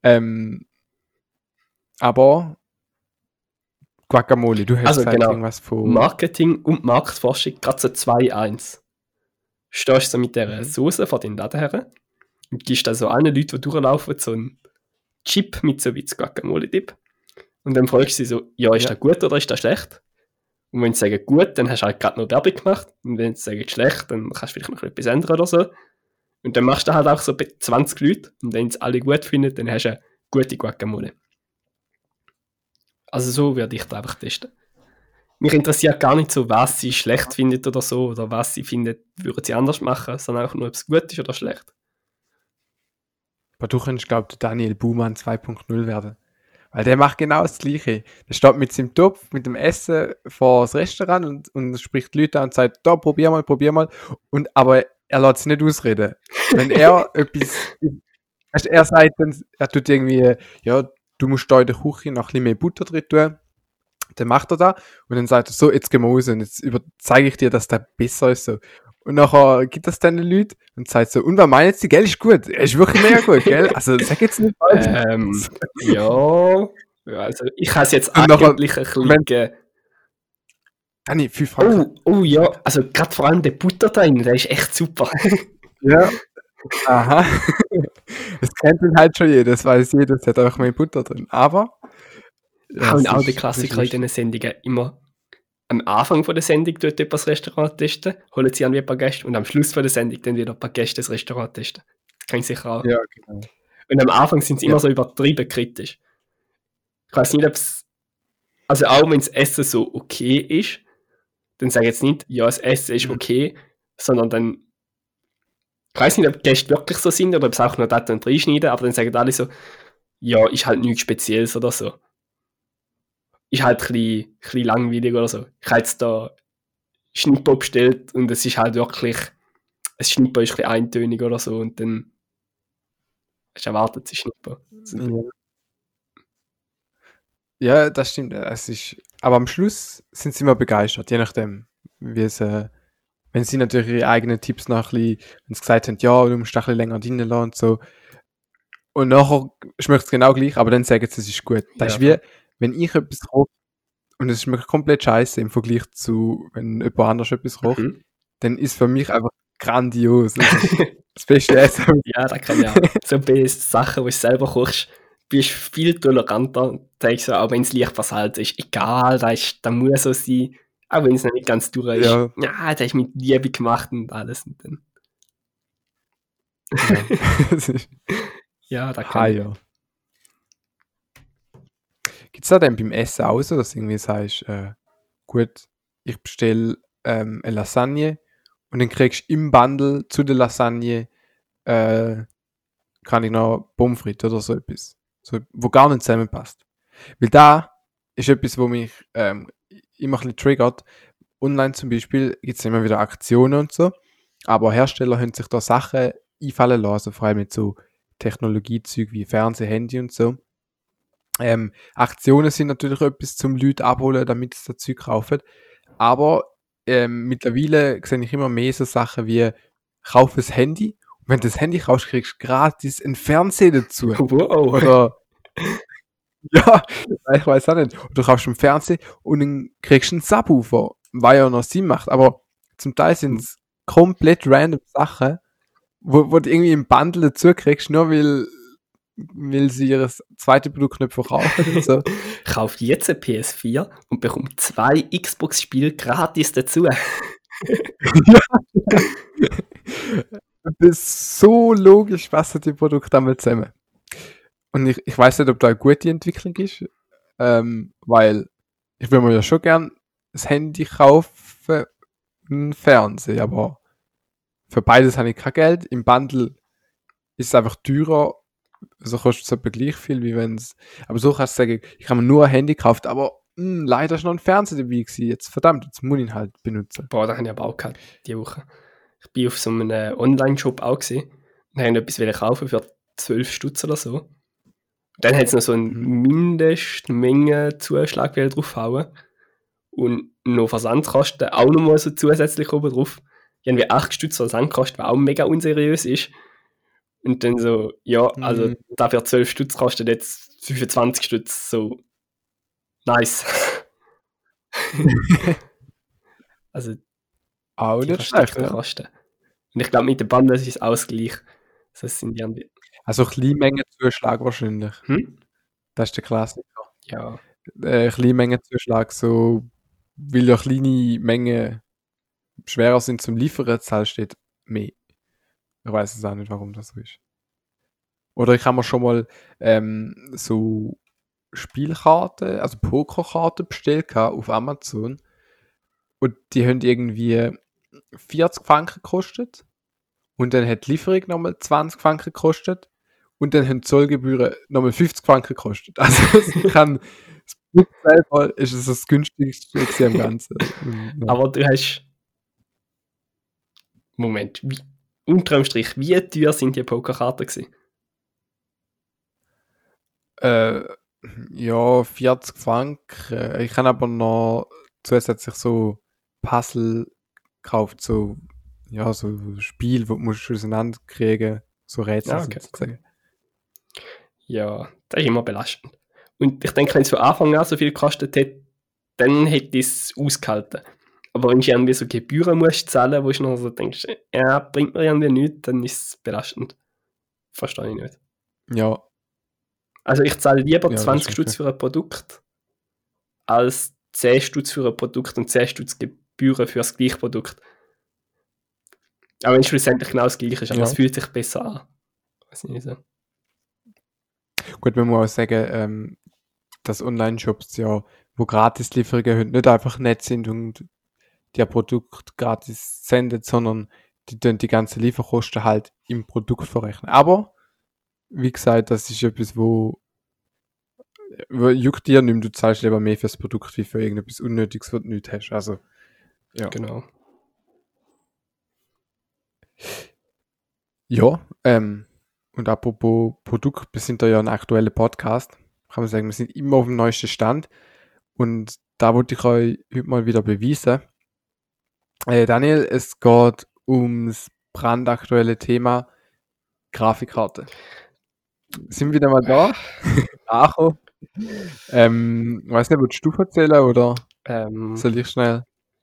Aber Guacamole, du hast also gesagt, genau, irgendwas von Marketing und Marktforschung, gerade so 2-1. Stehst du mit dieser Soße vor den Laden her und gibst da so allen Leuten, die durchlaufen, so einen Chip mit so wie Guacamole-Dip. Und dann fragst du sie so, ja, ist das gut oder ist das schlecht? Und wenn sie sagen gut, dann hast du halt gerade noch Werbung gemacht. Und wenn sie sagen schlecht, dann kannst du vielleicht noch etwas ändern oder so. Und dann machst du halt auch so 20 Leute. Und wenn sie alle gut finden, dann hast du eine gute Guacamole. Also so würde ich da einfach testen. Mich interessiert gar nicht so, was sie schlecht findet oder so, oder was sie findet, würden sie anders machen, sondern auch nur, ob es gut ist oder schlecht. Aber du könntest, glaube ich, Daniel Buhmann 2.0 werden. Weil der macht genau das Gleiche. Der steht mit seinem Topf, mit dem Essen vor das Restaurant und spricht die Leute an und sagt, da, probier mal. Aber er lässt sich nicht ausreden. Wenn er etwas... Er sagt dann, er tut irgendwie, ja, du musst da in der Küche noch ein bisschen mehr Butter drin tun. Dann macht er das und dann sagt er, so, jetzt gehen wir raus und jetzt zeige ich dir, dass der besser ist. So. Und nachher gibt das dann den Leuten und sagt so, und was meinen Sie, gell, ist gut? Er ist wirklich mega gut, gell? Also sag jetzt nicht falsch. Ja, also ich habe es jetzt eigentlich ein bisschen... Dani, 5 Franken. Oh ja, also gerade vor allem der Butter drin, der ist echt super. Ja, Aha. Das kennt dann halt schon jeder, das weiß jeder, es hat einfach mehr Butter drin. Aber. Ja, Und es auch ist- der es Klassiker ist in diesen Sendungen immer am Anfang von der Sendung tut jemand das Restaurant testen, holen sie irgendwie ein paar Gäste und am Schluss von der Sendung dann wieder ein paar Gäste das Restaurant testen. Das kann ich sicher auch. Ja, genau. Und am Anfang sind sie Ja. immer so übertrieben kritisch. Ich weiß nicht, ob es. Also auch wenn das Essen so okay ist, dann sage ich jetzt nicht, ja, das Essen ist Mhm. okay, sondern dann. Ich weiß nicht, ob die Gäste wirklich so sind oder ob es auch nur das und reinschneiden, aber dann sagen alle so, ja, ist halt nichts Spezielles oder so. Ist halt ein bisschen langweilig oder so. Ich habe jetzt da Schnippo bestellt und es ist halt wirklich, ein Schnippo ist ein bisschen eintönig oder so und dann hast du erwartet, es ist Schnippo. Ja. Ja, das stimmt. Es ist, aber am Schluss sind sie immer begeistert, je nachdem, wie es, wenn sie natürlich ihre eigenen Tipps noch ein bisschen, wenn sie gesagt haben, ja, du musst da ein bisschen länger drinnen lassen und so. Und nachher schmeckt es genau gleich, aber dann sagen sie, es ist gut. Das ist wie, wenn ich etwas koche und es schmeckt komplett scheiße im Vergleich zu, wenn jemand anders etwas kocht, Mhm. dann ist für mich einfach grandios. Das ist das beste Essen. Ja, das kann ja. So bei Sachen, die du selber kochst, bist du viel toleranter und denkst so, auch wenn es leicht versalzen ist, egal, da muss so sein, auch wenn es noch nicht ganz durch ist. Ja. Ja, das ist mit Liebe gemacht und alles. Und dann, Ja. Das ist ja, da kann ich. ja. Gibt es da denn beim Essen auch so, dass du irgendwie sagst, gut, ich bestelle eine Lasagne und dann kriegst du im Bundle zu der Lasagne kann ich noch Pommes frites oder so etwas, so, wo gar nicht zusammenpasst. Weil da ist etwas, wo mich immer ein bisschen triggert. Online zum Beispiel gibt es immer wieder Aktionen und so, aber Hersteller haben sich da Sachen einfallen lassen, vor allem mit so Technologiezeug wie Fernseh, Handy und so. Aktionen sind natürlich etwas zum Leute abholen, damit sie das Zeug kaufen. Aber mittlerweile sehe ich immer mehr so Sachen wie kauf ein Handy und wenn du das Handy kaufst, kriegst du gratis ein Fernseher dazu. Wow. Oder ja, ich weiß auch nicht. Oder du kaufst einen Fernseher und dann kriegst du einen Subwoofer, was ja noch Sinn macht. Aber zum Teil sind es komplett random Sachen, wo du irgendwie im Bundle dazu kriegst, nur weil sie ihr zweites Produkt nicht verkaufen und so. Kauf jetzt eine PS4 und bekomm 2 Xbox-Spiele gratis dazu. Das ist so logisch, passen die Produkte einmal zusammen. Und ich weiß nicht, ob da eine gute Entwicklung ist, weil ich will mir ja schon gern das Handy kaufen und einen Fernseher, aber für beides habe ich kein Geld. Im Bundle ist es einfach teurer, also kostet es etwa gleich viel, wie wenn es. Aber so kannst du sagen, ich habe mir nur ein Handy gekauft, aber leider ist noch ein Fernseher dabei gewesen. Jetzt verdammt, jetzt muss ich ihn halt benutzen. Boah, da habe ich aber auch gehabt, diese Woche. Ich bin auf so einem Online-Shop auch gesehen und habe etwas kaufen für 12 Stutz oder so. Und dann hat es noch so einen Mindestmenge-Zuschlag draufhauen. Und noch Versandkosten auch nochmal so zusätzlich oben drauf. Irgendwie 8 Stutz Versandkosten, was auch mega unseriös ist. Und dann so, ja, also dafür 12 Stutz kostet jetzt 25 Stutz, so nice. Also Auch die nicht schlecht, versteckten ja. Kosten. Und ich glaube, mit den Bundles ist es ausgleich. Das sind die Also Kleinmengenzuschlag wahrscheinlich. Das ist der Klassiker. Ja. Kleinmengenzuschlag, so, weil ja kleine Mengen schwerer sind zum Liefern, zahlst du dort mehr. Ich weiß es auch nicht, warum das so ist. Oder ich habe mir schon mal so Spielkarten, also Pokerkarten bestellt auf Amazon. Und die haben irgendwie 40 Franken gekostet. Und dann hat die Lieferung nochmal 20 Franken gekostet. Und dann haben die Zollgebühren nochmal 50 Franken gekostet. Also es kann, das Produkt selber ist es das günstigste gewesen am Ganzen. Ja. Aber du hast. Moment, unterm Strich, wie teuer sind die Pokerkarten gewesen? Ja, 40 Franken. Ich habe aber noch zusätzlich so Puzzle gekauft, so, ja, so Spiel, wo du musst auseinanderkriegen, so Rätsel Ah, okay. sozusagen. Ja, das ist immer belastend. Und ich denke, wenn es von Anfang an so viel gekostet hätte, dann hätte ich es ausgehalten. Aber wenn du irgendwie so Gebühren musst zahlen, wo du noch so denkst, ja, bringt mir irgendwie nichts, dann ist es belastend. Verstehe ich nicht. Ja, Also ich zahle lieber Ja, das 20 stimmt, Stutz für ein Produkt, als 10 Stutz für ein Produkt und 10 Stutz Gebühren für das gleiche Produkt. Auch wenn es schlussendlich genau das gleiche ist, aber Ja. es fühlt sich besser an. Weiß nicht so. gut, man muss auch sagen, dass Online-Shops ja, wo Gratislieferungen heute nicht einfach nett sind und dir Produkt gratis sendet, sondern die tun die ganzen Lieferkosten halt im Produkt verrechnen. Aber, wie gesagt, das ist etwas, wo juckt dir nicht, du zahlst lieber mehr fürs Produkt, wie für irgendetwas Unnötiges, was du nicht hast. Also, ja. Genau. Ja, und apropos Produkt, wir sind da ja ein aktueller Podcast. Kann man sagen, wir sind immer auf dem neuesten Stand. Und da wollte ich euch heute mal wieder beweisen. Daniel, es geht ums brandaktuelle Thema Grafikkarte. Sind wir wieder mal da? Acho. Weiß nicht, willst du erzählen oder soll ich schnell?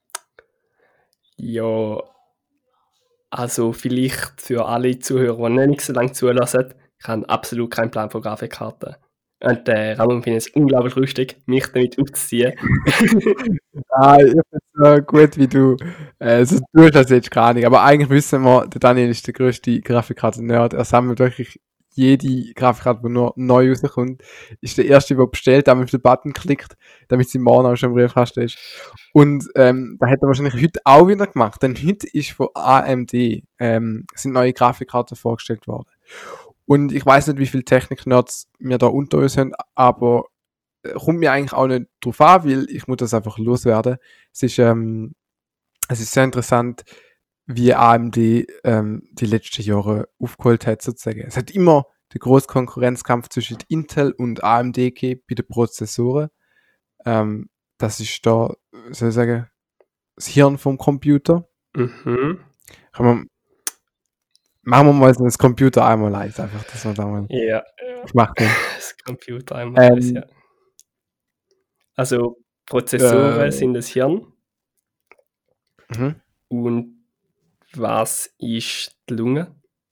Ja, also vielleicht für alle Zuhörer, die nicht so lange zulassen, ich habe absolut keinen Plan von Grafikkarten. Und Ramon findet es unglaublich lustig, mich damit aufzuziehen. Ich finde es so gut, wie du so tust, als hättest du keine Ahnung. Aber eigentlich wissen wir, der Daniel ist der grösste Grafikkarte-Nerd. Er sammelt wirklich jede Grafikkarte, die nur neu rauskommt. Ist der Erste, der bestellt, damit auf den Button klickt, damit sie morgen auch schon im Briefkasten ist. Und da hat er wahrscheinlich heute auch wieder gemacht, denn heute ist von AMD sind neue Grafikkarten vorgestellt worden. Und ich weiß nicht, wie viele Technik-Nerds wir da unter uns haben, aber kommt mir eigentlich auch nicht drauf an, weil ich muss das einfach loswerden. Es ist sehr interessant, wie AMD die letzten Jahre aufgeholt hat, sozusagen. Es hat immer den grossen Konkurrenzkampf zwischen Intel und AMD gegeben bei den Prozessoren. Das ist da, soll ich sagen, das Hirn vom Computer. Mhm. Machen wir mal das Computer einmal live, einfach, dass wir da mal Ja, gemacht haben. das Computer einmal. Ja. Also Prozessoren sind das Hirn. Mhm. Und was ist die Lunge?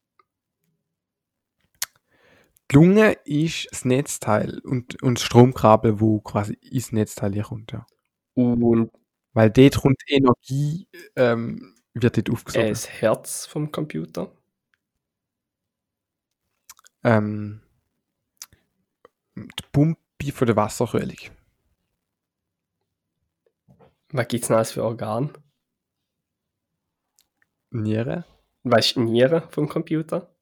Die Lunge ist das Netzteil und das Stromkabel, wo quasi ins Netzteil hier kommt, ja. Und Weil dort kommt Energie, wird dort aufgesogen. das Herz vom Computer? Die Pumpe von der Wasserkühlung. Was gibt es noch alles für Organe? Niere. Was ist die Niere vom Computer?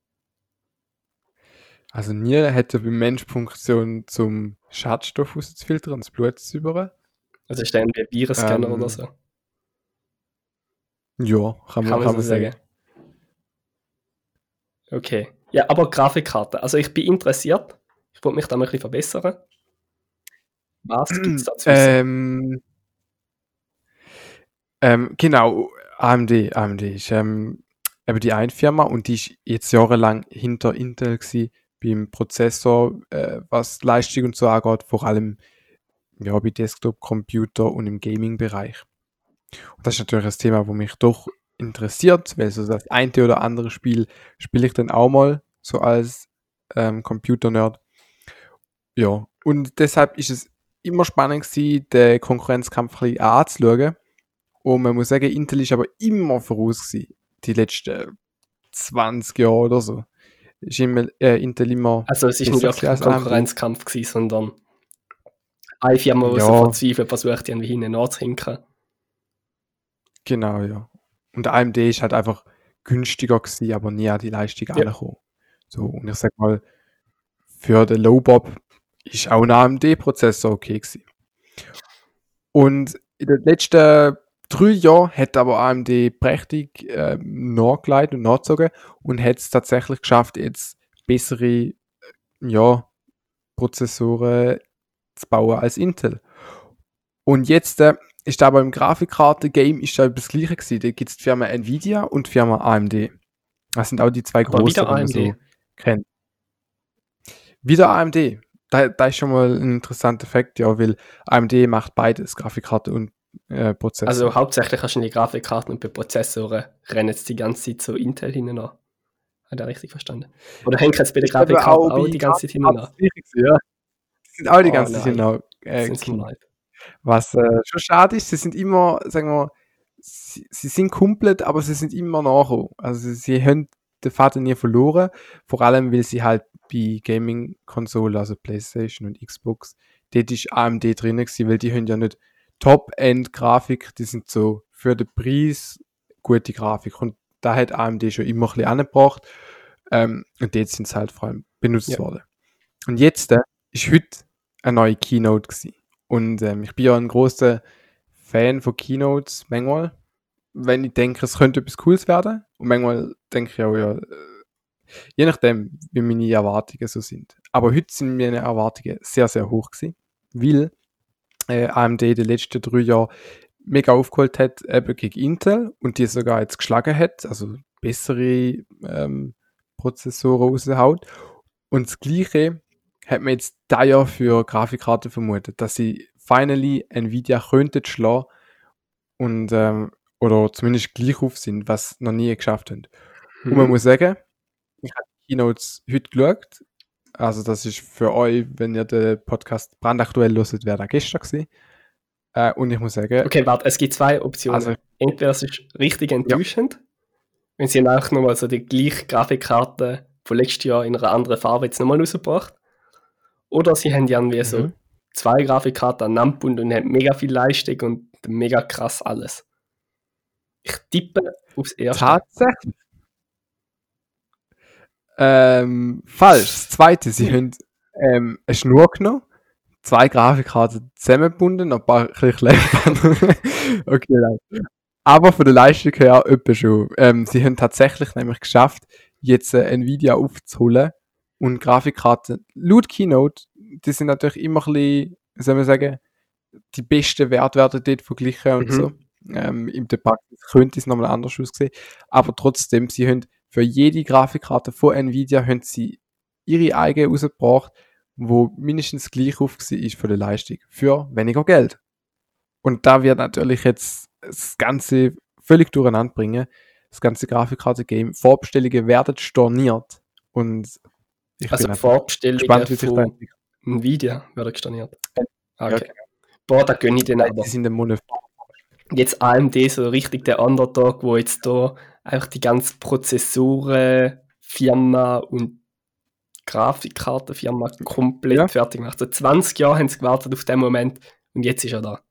Also Niere hat ja beim Mensch Funktion zum Schadstoff rauszufiltern und das Blut zu säubern. Also ist der ein Virenscanner oder so? Ja, kann man so sagen. Okay. Ja, aber Grafikkarte. Also ich bin interessiert. Ich wollte mich da mal ein bisschen verbessern. Was gibt es dazu? Genau, AMD ist eben die eine Firma und die ist jetzt jahrelang hinter Intel gewesen, beim Prozessor, was Leistung und so angeht, vor allem ja, bei Desktop-Computer und im Gaming-Bereich. Und das ist natürlich ein Thema, das mich doch interessiert, weil so das eine oder andere Spiel spiele ich dann auch mal so als Computer-Nerd. Ja, und deshalb ist es immer spannend gewesen, den Konkurrenzkampf ein bisschen anzuschauen. Und man muss sagen, Intel ist aber immer voraus gewesen, die letzten 20 Jahre oder so. Ist immer, Intel immer... Also es ist nicht wirklich ein Konkurrenzkampf gewesen, sondern eine Firma, die Ja. so verzweifelt versucht, irgendwie hinten nachzuhinken. Genau, ja. Und AMD ist halt einfach günstiger gewesen, aber nie an die Leistung angekommen. So, und ich sag mal, für den Low-Bob ist auch ein AMD-Prozessor okay gewesen. Und in den letzten 3 Jahren hat aber AMD prächtig nachgelegt und nachgezogen und hat es tatsächlich geschafft, jetzt bessere Prozessoren zu bauen als Intel. Und jetzt ist aber im Grafikkarten-Game ist da das Gleiche gewesen. Da gibt es die Firma Nvidia und die Firma AMD. Das sind auch die zwei großen, die man so kennt. Wieder AMD. Da ist schon mal ein interessanter Fakt, ja, weil AMD macht beides, Grafikkarte und Prozessor. Also hauptsächlich hast du die Grafikkarten und bei Prozessoren rennen jetzt die ganze Zeit so Intel hinten an. Hat er richtig verstanden? Oder hängt jetzt bei der Grafikkarte auch die ganze Zeit hinten an? Ja. Die sind auch die ganze Zeit nein. hinten an. Sind so leid. Was schon schade ist, sie sind immer, sagen wir, sie sind komplett, aber sie sind immer nachher. Also sie haben den Faden nie verloren, vor allem weil sie halt bei Gaming-Konsolen, also Playstation und Xbox, dort ist AMD drin gewesen, weil die haben ja nicht Top-End-Grafik, die sind so für den Preis gute Grafik und da hat AMD schon immer ein bisschen angebracht und dort sind sie halt vor allem benutzt worden. Und jetzt ist heute eine neue Keynote gewesen. Und ich bin ja ein großer Fan von Keynotes manchmal, wenn ich denke, es könnte etwas Cooles werden. Und manchmal denke ich auch, ja, je nachdem, wie meine Erwartungen so sind. Aber heute sind meine Erwartungen sehr, sehr hoch gewesen, weil AMD die letzten 3 Jahre mega aufgeholt hat eben gegen Intel und die sogar jetzt geschlagen hat, also bessere Prozessoren raushaut. Und das Gleiche hat man jetzt da Jahr für Grafikkarten vermutet, dass sie finally Nvidia könnten schlagen und oder zumindest gleich auf sind, was noch nie geschafft haben. Und man muss sagen, ich habe die Keynotes heute geschaut. Also das ist für euch, wenn ihr den Podcast brandaktuell hört, wäre das gestern gewesen. Und ich muss sagen... Okay, warte, es gibt 2 Optionen. Also, entweder es ist richtig enttäuschend, wenn sie auch nochmal so die gleiche Grafikkarte von letztes Jahr in einer anderen Farbe jetzt nochmal rausgebracht. Oder sie haben irgendwie so 2 Grafikkarten aneinander gebunden und haben mega viel Leistung und mega krass alles. Ich tippe aufs Erste. Tatsächlich? Falsch. Das Zweite, sie haben eine Schnur genommen, 2 Grafikkarten zusammengebunden, noch ein paar Klebebänder. Okay, nein. Aber von der Leistung her etwa schon. Sie haben tatsächlich nämlich geschafft, jetzt Nvidia aufzuholen und Grafikkarten. Laut Keynote, die sind natürlich immer ein bisschen, wie soll man sagen, die besten Werte werden dort verglichen und so. Im Praxis könnte es nochmal anders aussehen. Aber trotzdem, sie haben für jede Grafikkarte von Nvidia haben sie ihre eigene rausgebracht, wo mindestens gleich auf ist von der Leistung, für weniger Geld. Und da wird natürlich jetzt das Ganze völlig durcheinander bringen. Das ganze Grafikkarte-Game. Vorbestellungen werden storniert. Und ich also bin Vorbestellungen gespannt, wie sich von das entwickelt. Nvidia werden storniert. Okay. Ja. Boah, da gönne ich den aber. Die sind im Monat. Jetzt AMD so richtig der Underdog, wo jetzt da einfach die ganze Prozessoren-Firma und Grafikkartenfirma komplett fertig macht. So 20 Jahre haben sie gewartet auf den Moment und jetzt ist er da.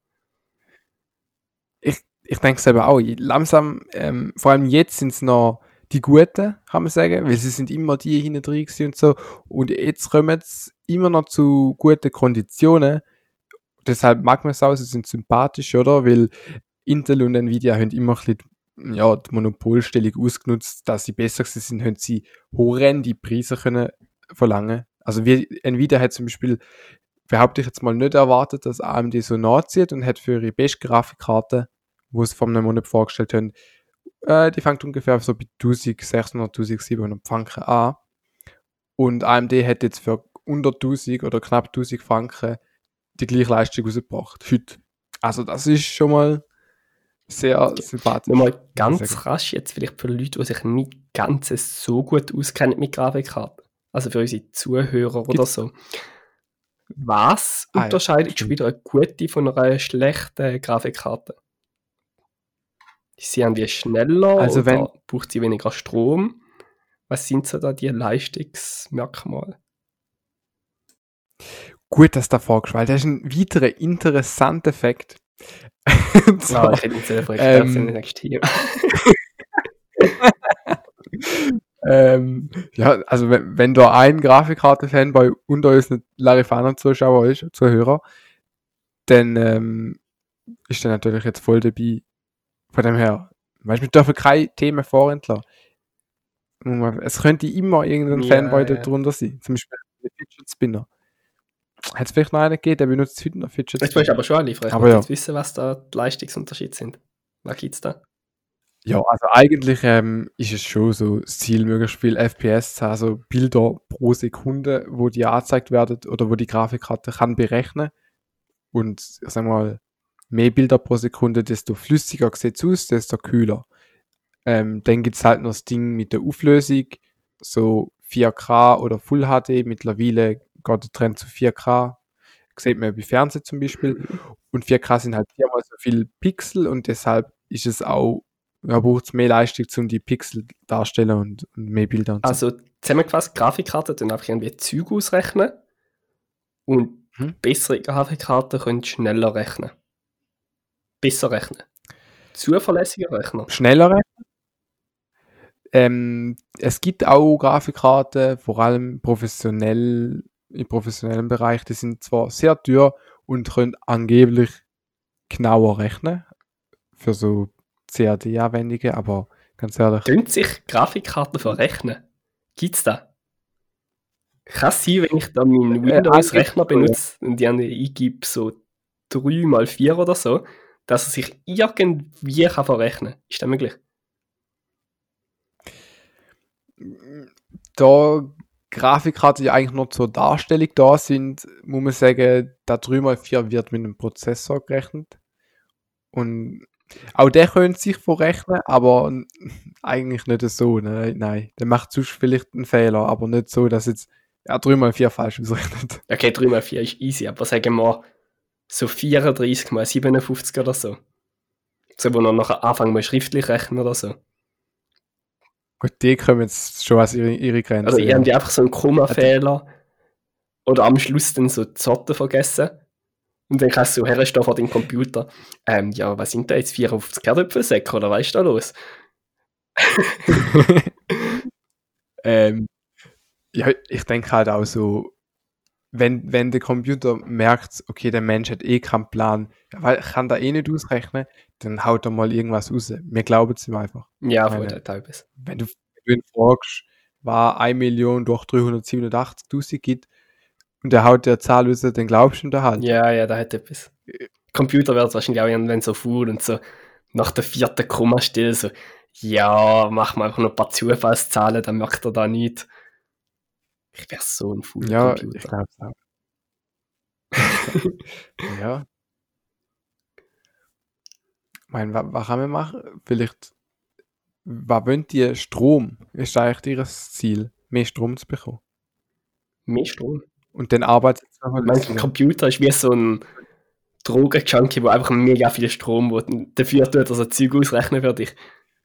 Ich denke es eben auch. Langsam, vor allem jetzt sind es noch die Guten, kann man sagen, weil sie sind immer die hinten drin gewesen und so. Und jetzt kommen es immer noch zu guten Konditionen. Deshalb mag man es auch, sie sind sympathisch, oder? Weil Intel und Nvidia haben immer ein bisschen, die Monopolstellung ausgenutzt, dass sie besser sind, haben sie horrende Preise können verlangen. Also wie Nvidia hat zum Beispiel, behaupte ich jetzt mal, nicht erwartet, dass AMD so nachzieht und hat für ihre beste Grafikkarte, wo sie vor einem Monat vorgestellt haben, die fängt ungefähr so bei 1600, 1700 Franken an. Und AMD hat jetzt für unter 1000 oder knapp 1000 Franken die gleiche Leistung rausgebracht. Heute. Also das ist schon mal sehr sympathisch. Nochmal ganz rasch jetzt vielleicht für Leute, die sich nicht ganz so gut auskennen mit Grafikkarten. Also für unsere Zuhörer oder so. Was unterscheidet schon wieder eine gute von einer schlechten Grafikkarte? Ist sie irgendwie schneller oder braucht sie weniger Strom? Was sind so da die Leistungsmerkmale? Gut, dass du da fragst, weil das ist ein weiterer interessanter Fakt. So, ich hätte nicht so gefragt, das sind nächstes Thema. Ja, also wenn da ein Grafikkarte-Fanboy unter unseren Larifana-Zuschauer ist, Zuhörer, dann ist der natürlich jetzt voll dabei. Von dem her, weißt du, wir dürfen keine Themen vorentlassen. Es könnte immer irgendein Fanboy darunter sein. Zum Beispiel ein Fidget Spinner. Hat es vielleicht noch einen gegeben, der benutzt heute noch Fidget Spinner. Jetzt willst du aber schon liefern. Ich will jetzt wissen, was da die Leistungsunterschiede sind. Was gibt es da? Ja, also eigentlich ist es schon so das Ziel, möglichst viel FPS zu haben, also Bilder pro Sekunde, wo die angezeigt werden oder wo die Grafikkarte kann berechnen. Und ich sag mal, mehr Bilder pro Sekunde, desto flüssiger sieht es aus, desto kühler. Dann gibt es halt noch das Ding mit der Auflösung, so 4K oder Full HD. Mittlerweile geht der Trend zu 4K. Sieht man bei Fernsehen zum Beispiel. Und 4K sind halt viermal so viele Pixel und deshalb ist es auch, braucht es mehr Leistung, um die Pixel darstellen und mehr Bilder und so. Also zusammengefasst, Grafikkarten tun einfach irgendwie Züge ausrechnen und bessere Grafikkarten können schneller rechnen. Besser rechnen. Zuverlässiger rechnen. Schneller rechnen. Es gibt auch Grafikkarten, vor allem im professionellen Bereich, die sind zwar sehr teuer und können angeblich genauer rechnen für so CAD-Anwendungen, aber ganz ehrlich. Tönt sich Grafikkarten verrechnen? Gibt's da? Kann es sein, wenn ich da meinen Windows-Rechner benutze und die eingebe so 3x4 oder so, dass er sich irgendwie kann verrechnen kann? Ist das möglich? Da Grafikkarten ja eigentlich nur zur Darstellung da sind, muss man sagen, der 3x4 wird mit einem Prozessor gerechnet. Und auch der könnte sich verrechnen, aber eigentlich nicht so. Ne? Nein, der macht sonst vielleicht einen Fehler, aber nicht so, dass jetzt 3x4 falsch ausrechnet. Okay, 3x4 ist easy, aber sagen wir so 34x57 oder so. So, wo man nachher anfangen muss, schriftlich rechnen oder so. Gut, die kommen jetzt schon als ihre Grenzen. Also irgendwie einfach so einen Kommafehler oder am Schluss dann so die Zotten vergessen. Und dann kannst du herstehen vor deinem Computer. Ja, was sind da jetzt 54 Kartoffelsäcke oder was ist da los? Ja, ich denke halt auch so, wenn der Computer merkt, okay, der Mensch hat eh keinen Plan, weil kann da eh nicht ausrechnen, dann haut er mal irgendwas raus. Wir glauben es ihm einfach. Ja, voll der teilweise. Wenn du ihn fragst, war 1 Million durch 387.000 gibt und der haut der Zahl raus, dann glaubst du ihm da halt. Ja, da hat etwas. Computer wird wahrscheinlich auch irgendwann so faul und so nach der 4. Kommastelle so, ja, mach mal einfach noch ein paar Zufallszahlen, dann macht er da nichts. Ich wäre so ein fauler Ja, Computer. ich glaube es auch. Ja. Ich meine, was kann man machen? Vielleicht, was wollen die? Strom? Ist eigentlich ihr Ziel, mehr Strom zu bekommen. Mehr Strom? Und dann arbeitet es noch Mein Computer ist wie so ein Drogen-Junkie, der einfach mega viel Strom will. Und dafür tut er so Zeug ausrechnen für dich.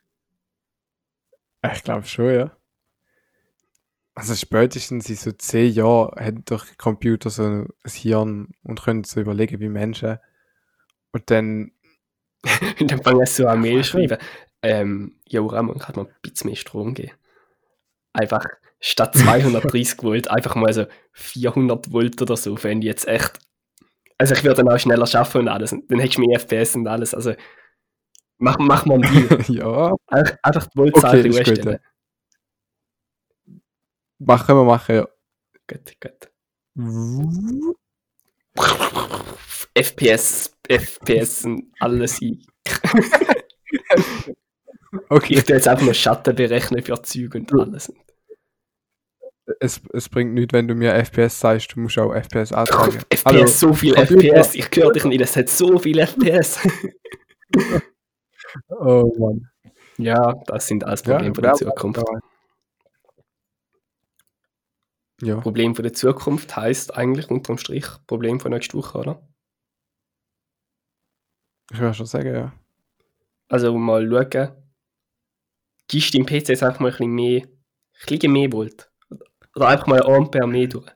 Ich glaube schon, ja. Also spätestens in so 10 Jahren haben doch Computer so ein Hirn und können so überlegen wie Menschen. Und dann... Und dann fangen sie so an Mail schreiben. Ja, Ramon, kann man ein bisschen mehr Strom geben. Einfach statt 230 Volt einfach mal so 400 Volt oder so, fände ich jetzt echt. Also ich würde dann auch schneller schaffen und alles. Und dann hättest du mehr FPS und alles. Also mach mal einen Deal. Ja. Einfach die Voltzahl Okay, ist gut, stellen. Machen wir, ja. Gut. FPS und alles ein. Okay. Ich tue jetzt einfach nur Schatten berechnen für Zeug und alles. Es bringt nichts, wenn du mir FPS sagst, du musst auch FPS anzeigen. FPS, Hallo, so viel Computer. FPS, ich höre dich nicht, es hat so viel FPS. Oh Mann. Ja, das sind alles Probleme von der Zukunft. Ja. Problem von der Zukunft heisst eigentlich unterm Strich Problem von nächster Woche, oder? Ich würde schon sagen, ja. Also mal schauen, gibst du im PC jetzt einfach mal ein bisschen mehr Volt? Oder einfach mal Ampere mehr durch?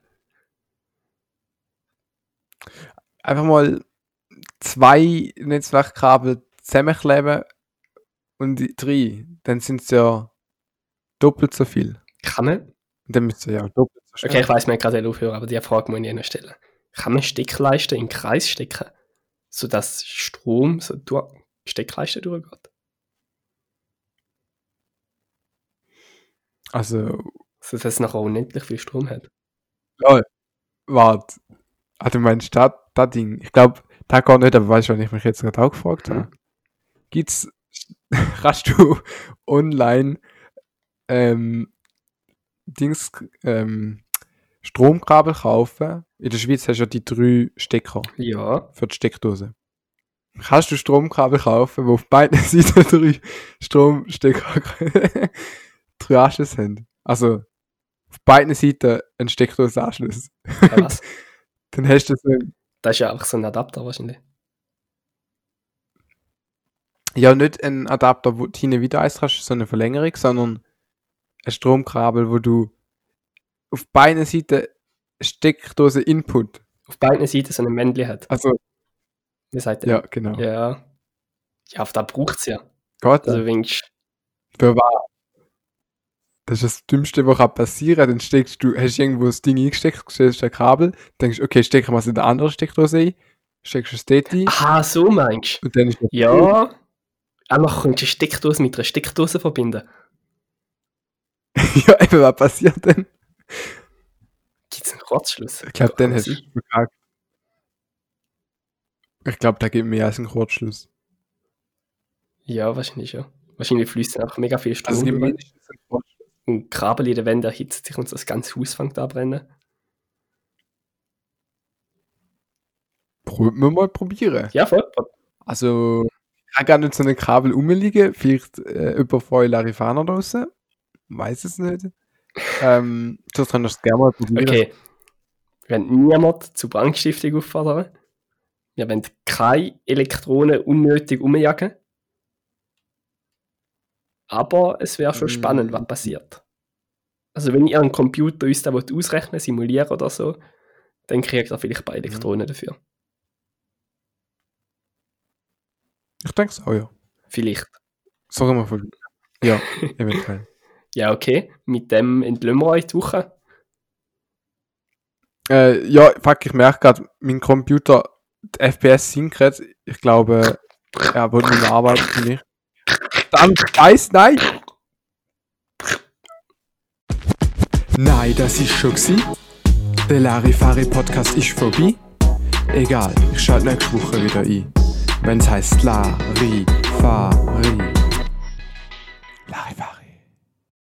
Einfach mal 2 Netzwerkkabel zusammenkleben und 3, dann sind es ja doppelt so viel. Kann man? Und dann müsst ihr ja doppelt so schnell. Okay, ich weiss, man kann aufhören, aber die Frage muss ich Ihnen stellen. Kann man Steckleisten in den Kreis stecken, sodass Strom so durch Steckleisten durchgeht? Also, Sodass es nachher unendlich viel Strom hat? ja, warte. Du meinst das Ding? Ich glaube, das geht nicht, aber weißt du, wenn ich mich jetzt gerade auch gefragt habe? Kannst du online Stromkabel kaufen? In der Schweiz hast du ja die 3 Stecker Ja. für die Steckdose. kannst du Stromkabel kaufen, wo auf beiden Seiten 3 Stromstecker 3 Anschlüsse haben. Also auf beiden Seiten ein Steckdosenanschluss. Ja, was? Dann hast du so Das ist ja einfach so ein Adapter wahrscheinlich. ja nicht ein Adapter, wo du hinten wieder eins hast, so eine Verlängerung, sondern ein Stromkabel, wo du auf beiden Seiten Steckdose Input. Auf beiden Seiten so ein Männchen hat. Also Wie sagt ja, der? genau. Ja. Ja, auf das braucht es ja. Geht Also das? wenigstens. Für wahr. Das ist das Dümmste, was passieren kann. Dann hast du irgendwo das Ding eingesteckt, siehst ein Kabel, denkst, okay, stecken wir es in der anderen Steckdose ein, steckst es dort ein Aha, so meinst du? und dann ist noch Ja. Einfach kannst du eine Steckdose mit einer Steckdose verbinden. ja, eben, was passiert denn? Gibt es einen Kurzschluss? Ich glaube, dann Kann hast du sein. es verkackt. Ich glaube, da gibt mehr als einen Kurzschluss. Ja, wahrscheinlich schon. Wahrscheinlich fließt dann einfach mega viel Strom Also, es gibt über. mindestens einen Kurzschluss. Und Kabel in der Wände erhitzt sich und das ganze Haus fängt an zu brennen. Wir mal probieren. Ja, voll. Also, ich habe gar nicht so ein Kabel rumliegen. Vielleicht über von Larifana draussen. Weiß es nicht. Sonst kann ich es gerne mal probieren. Okay. Wir wollen niemanden zu Brandstiftung auffordern. Wir wollen keine Elektronen unnötig umjagen. Aber es wäre schon spannend, was passiert. Also wenn ihr einen Computer uns da ausrechnen wollt, simulieren oder so, dann kriegt ihr vielleicht ein paar Elektronen dafür. Ich denke es auch, ja. Vielleicht. Sagen wir von. Ja, eventuell. Ja, okay. Mit dem entlösen wir euch die Woche. Ja, fuck, ich merke gerade, mein Computer, die FPS sinkt. Ich glaube, er wird nicht mehr arbeiten für mich. Dann weiß, nein! Nein, das ist schon gsi. Der Larifari Podcast ist vorbei. Egal, ich schalte nächste Woche wieder ein. Wenn's heißt Larifari.